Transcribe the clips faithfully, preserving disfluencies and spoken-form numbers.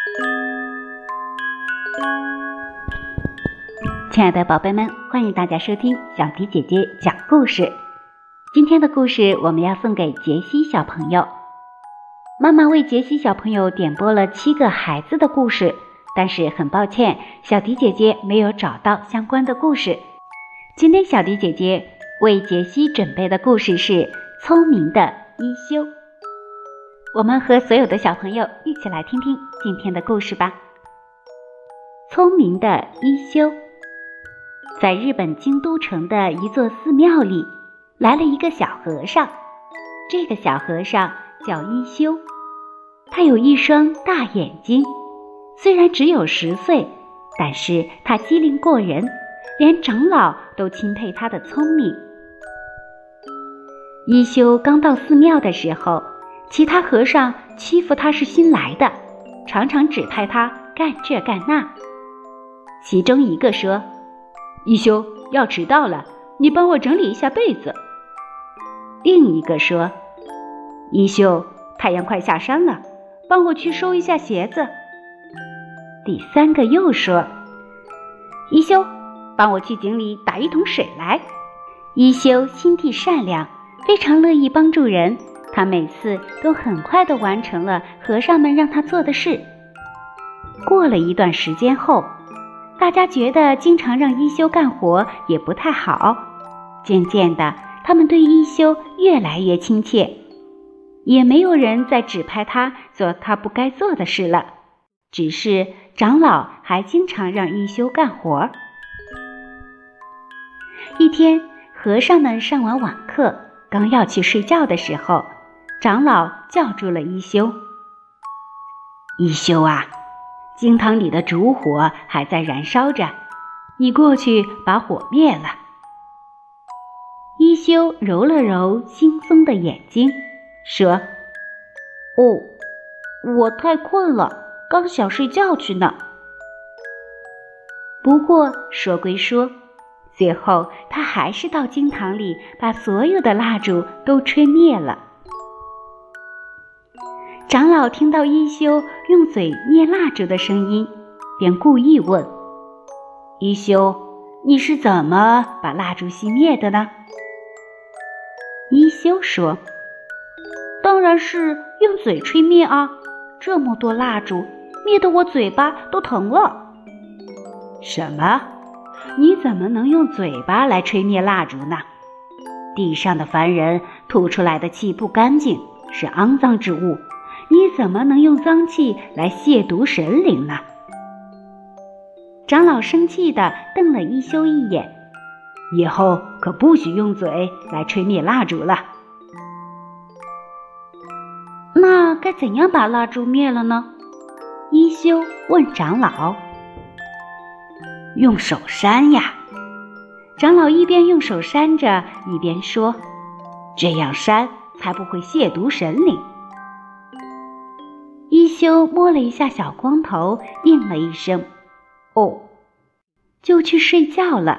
亲爱的宝贝们，欢迎大家收听小迪姐姐讲故事。今天的故事我们要送给杰西小朋友。妈妈为杰西小朋友点播了七个孩子的故事，但是很抱歉，小迪姐姐没有找到相关的故事。今天小迪姐姐为杰西准备的故事是聪明的一休。我们和所有的小朋友一起来听听今天的故事吧。聪明的一休。在日本京都城的一座寺庙里，来了一个小和尚。这个小和尚叫一休，他有一双大眼睛，虽然只有十岁，但是他机灵过人，连长老都钦佩他的聪明。一休刚到寺庙的时候，其他和尚欺负他是新来的，常常指派他干这干那。其中一个说：一休，要迟到了，你帮我整理一下被子。另一个说：一休，太阳快下山了，帮我去收一下鞋子。第三个又说：一休，帮我去井里打一桶水来。一休心地善良，非常乐意帮助人，他每次都很快地完成了和尚们让他做的事。过了一段时间后，大家觉得经常让一休干活也不太好，渐渐的，他们对一休越来越亲切，也没有人再指派他做他不该做的事了，只是长老还经常让一休干活。一天，和尚们上完晚课，刚要去睡觉的时候，长老叫住了一休。一休啊，经堂里的烛火还在燃烧着，你过去把火灭了。一休揉了揉惺忪的眼睛，说：哦，我太困了，刚想睡觉去呢。不过说归说，最后他还是到经堂里把所有的蜡烛都吹灭了。长老听到一休用嘴灭蜡烛的声音，便故意问：一休，你是怎么把蜡烛熄灭的呢？一休说：当然是用嘴吹灭啊，这么多蜡烛，灭得我嘴巴都疼了。什么？你怎么能用嘴巴来吹灭蜡烛呢？地上的凡人吐出来的气不干净，是肮脏之物，你怎么能用脏气来亵渎神灵呢？长老生气地瞪了一休一眼，以后可不许用嘴来吹灭蜡烛了。那该怎样把蜡烛灭了呢？一休问长老。用手扇呀。长老一边用手扇着，一边说：这样扇才不会亵渎神灵。一休摸了一下小光头，应了一声哦，就去睡觉了。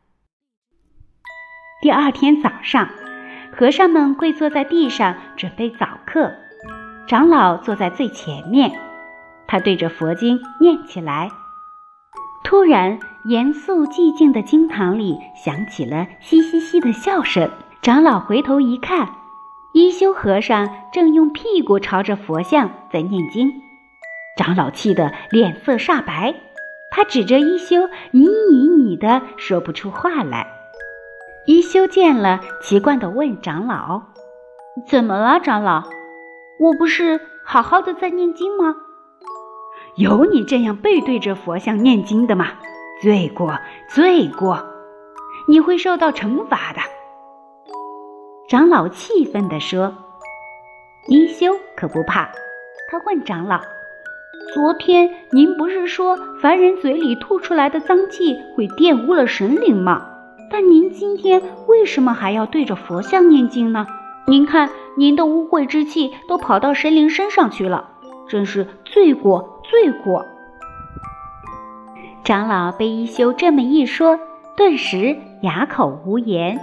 第二天早上，和尚们跪坐在地上准备早课，长老坐在最前面，他对着佛经念起来。突然，严肃寂静的经堂里响起了嘻嘻嘻的笑声。长老回头一看，一休和尚正用屁股朝着佛像在念经。长老气得脸色煞白，他指着一休，你你你的说不出话来。一休见了，奇怪地问长老：怎么了，长老？我不是好好的在念经吗？有你这样背对着佛像念经的吗？罪过，罪过，你会受到惩罚的。长老气愤地说。一休可不怕，他问长老：昨天您不是说凡人嘴里吐出来的脏气会玷污了神灵吗？但您今天为什么还要对着佛像念经呢？您看，您的污秽之气都跑到神灵身上去了，真是罪过，罪过。长老被一休这么一说，顿时哑口无言。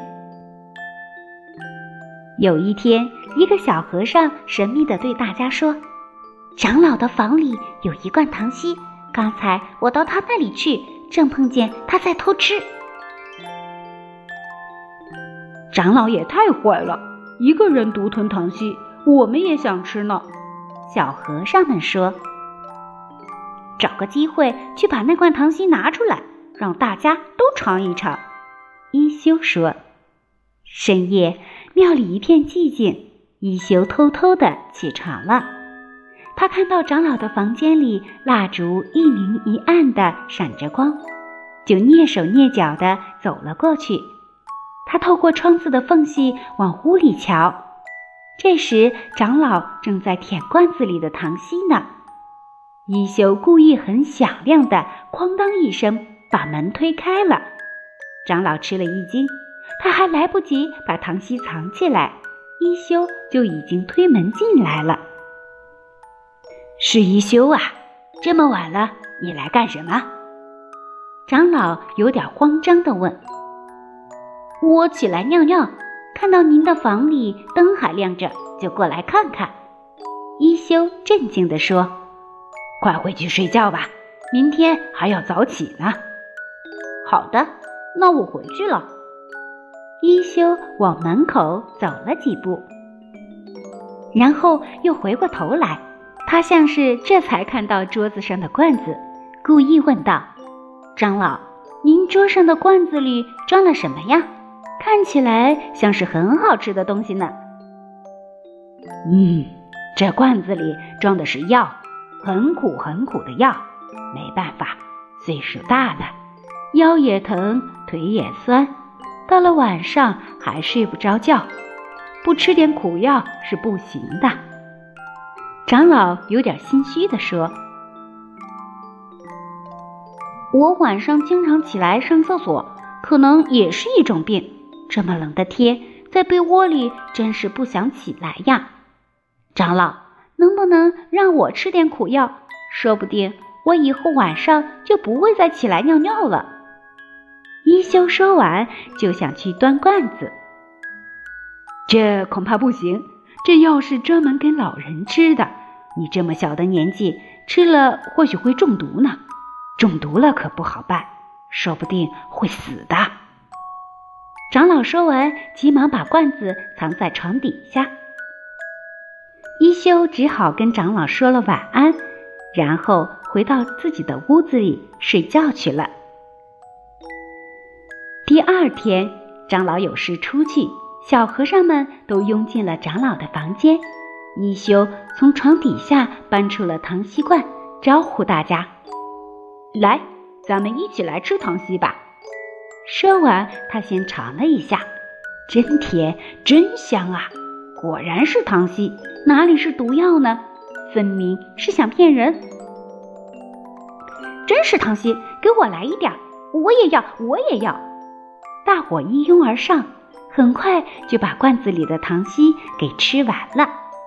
有一天，一个小和尚神秘地对大家说： 长老的房里有一罐糖稀，刚才我到他那里去，正碰见他在偷吃。 长老也太坏了，一个人独吞糖稀，我们也想吃呢。 小和尚们说，找个机会去把那罐糖稀拿出来，让大家都尝一尝。一休说。深夜，庙里一片寂静，一休偷偷地起床了。他看到长老的房间里蜡烛一明一暗地闪着光，就蹑手蹑脚地走了过去。他透过窗子的缝隙往屋里瞧，这时长老正在舔罐子里的糖稀呢。一休故意很响亮地哐当一声把门推开了，长老吃了一惊，他还来不及把糖稀藏起来，一休就已经推门进来了。是一休啊，这么晚了，你来干什么？长老有点慌张地问。我起来尿尿，看到您的房里灯还亮着，就过来看看。一休镇静地说。快回去睡觉吧，明天还要早起呢。好的，那我回去了。一休往门口走了几步，然后又回过头来，他像是这才看到桌子上的罐子，故意问道：长老，您桌上的罐子里装了什么呀？看起来像是很好吃的东西呢。嗯，这罐子里装的是药，很苦很苦的药，没办法，岁数大了，腰也疼，腿也酸，到了晚上还睡不着觉，不吃点苦药是不行的。长老有点心虚地说，我晚上经常起来上厕所，可能也是一种病，这么冷的天，在被窝里真是不想起来呀。长老，能不能让我吃点苦药？说不定我以后晚上就不会再起来尿尿了。一休说完就想去端罐子。 这恐怕不行，这药是专门给老人吃的，你这么小的年纪吃了或许会中毒呢，中毒了可不好办，说不定会死的。长老说完急忙把罐子藏在床底下。一休只好跟长老说了晚安，然后回到自己的屋子里睡觉去了。第二天，长老有事出去，小和尚们都拥进了长老的房间。一休从床底下搬出了糖稀罐，招呼大家：来，咱们一起来吃糖稀吧。说完，他先尝了一下，真甜，真香啊！果然是糖稀，哪里是毒药呢？分明是想骗人。真是糖稀，给我来一点，我也要，我也要！大伙一拥而上，很快就把罐子里的糖稀给吃完了。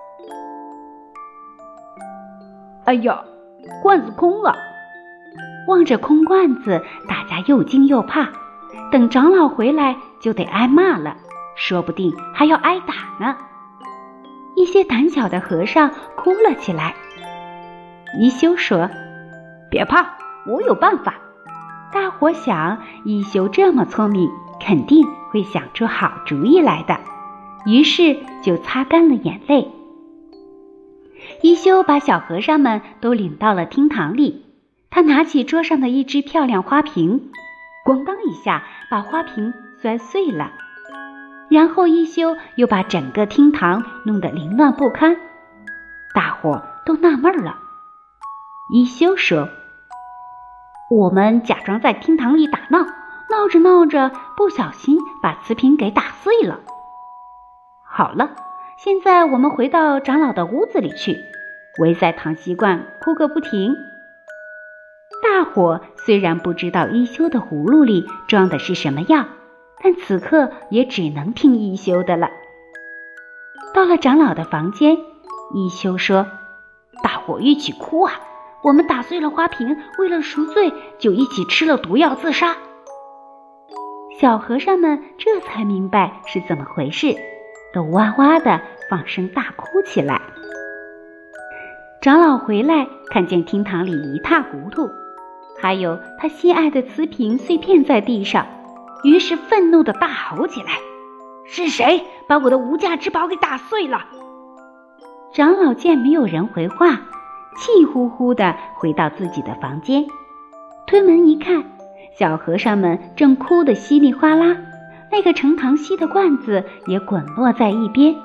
哎呀，罐子空了！望着空罐子，大家又惊又怕。等长老回来就得挨骂了，说不定还要挨打呢。一些胆小的和尚哭了起来。一休说：别怕，我有办法。大伙想，一休这么聪明，肯定会想出好主意来的，于是就擦干了眼泪。一休把小和尚们都领到了厅堂里，他拿起桌上的一只漂亮花瓶，咣当一下把花瓶摔碎了，然后一休又把整个厅堂弄得凌乱不堪。大伙都纳闷了。一休说：我们假装在厅堂里打闹，闹着闹着不小心把瓷瓶给打碎了。好了，现在我们回到长老的屋子里去，围在糖稀罐哭个不停。大伙虽然不知道一休的葫芦里装的是什么药，但此刻也只能听一休的了。到了长老的房间，一休说：大伙一起哭啊，我们打碎了花瓶，为了赎罪就一起吃了毒药自杀。小和尚们这才明白是怎么回事，都哇哇地放声大哭起来。 长老回来，看见厅堂里一塌糊涂，还有他心爱的瓷瓶碎片在地上，于是愤怒地大吼起来：“是谁把我的无价之宝给打碎了？”长老见没有人回话，气呼呼地回到自己的房间，推门一看，小和尚们正哭得稀里哗啦，那个盛糖稀的罐子也滚落在一边。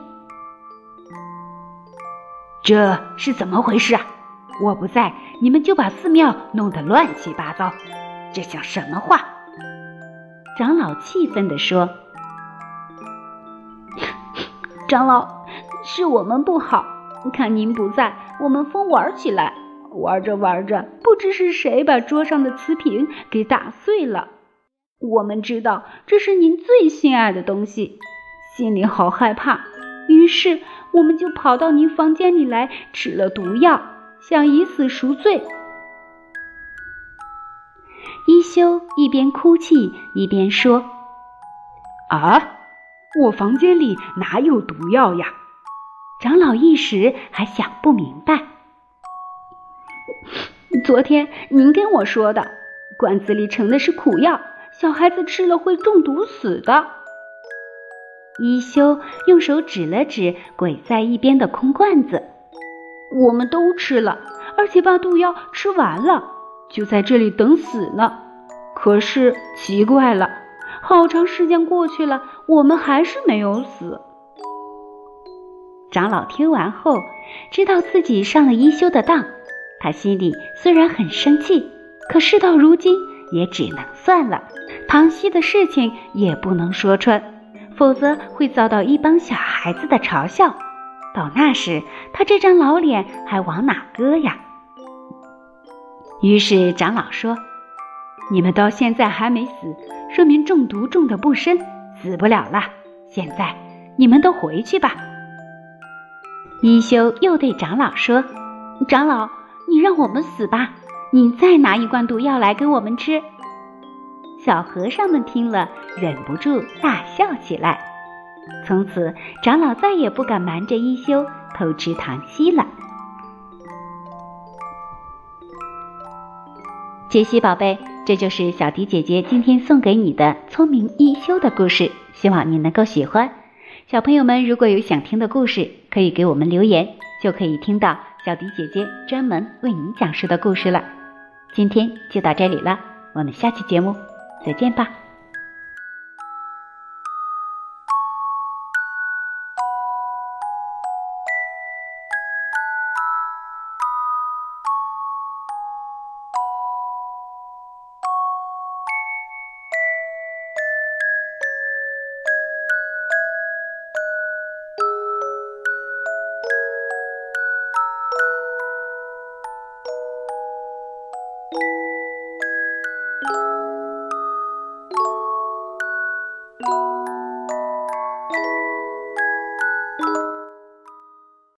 这是怎么回事啊？我不在，你们就把寺庙弄得乱七八糟，这像什么话？长老气愤地说：“ 长老，是我们不好，看您不在，我们疯玩起来，玩着玩着，不知是谁把桌上的瓷瓶给打碎了。我们知道这是您最心爱的东西，心里好害怕，于是我们就跑到您房间里来吃了毒药，想以死赎罪。” 一休一边哭泣一边说：“ 啊，我房间里哪有毒药呀？” 长老一时还想不明白。 昨天您跟我说的，罐子里盛的是苦药，小孩子吃了会中毒死的。 一休用手指了指跪在一边的空罐子：“ 我们都吃了，而且把毒药吃完了，就在这里等死呢。可是奇怪了，好长时间过去了，我们还是没有死。” 长老听完后，知道自己上了一休的当，他心里虽然很生气，可事到如今也只能算了。唐熙的事情也不能说穿，否则会遭到一帮小孩子的嘲笑。到那时，他这张老脸还往哪搁呀？于是长老说：“你们到现在还没死，说明中毒中得不深，死不了了。现在你们都回去吧。”一休又对长老说：“ 长老，你让我们死吧，你再拿一罐毒药来给我们吃。” 小和尚们听了，忍不住大笑起来。从此，长老再也不敢瞒着一休偷吃糖稀了。杰西宝贝，这就是小迪姐姐今天送给你的聪明一休的故事，希望你能够喜欢。小朋友们如果有想听的故事，可以给我们留言，就可以听到小迪姐姐专门为你讲述的故事了。今天就到这里了，我们下期节目再见吧。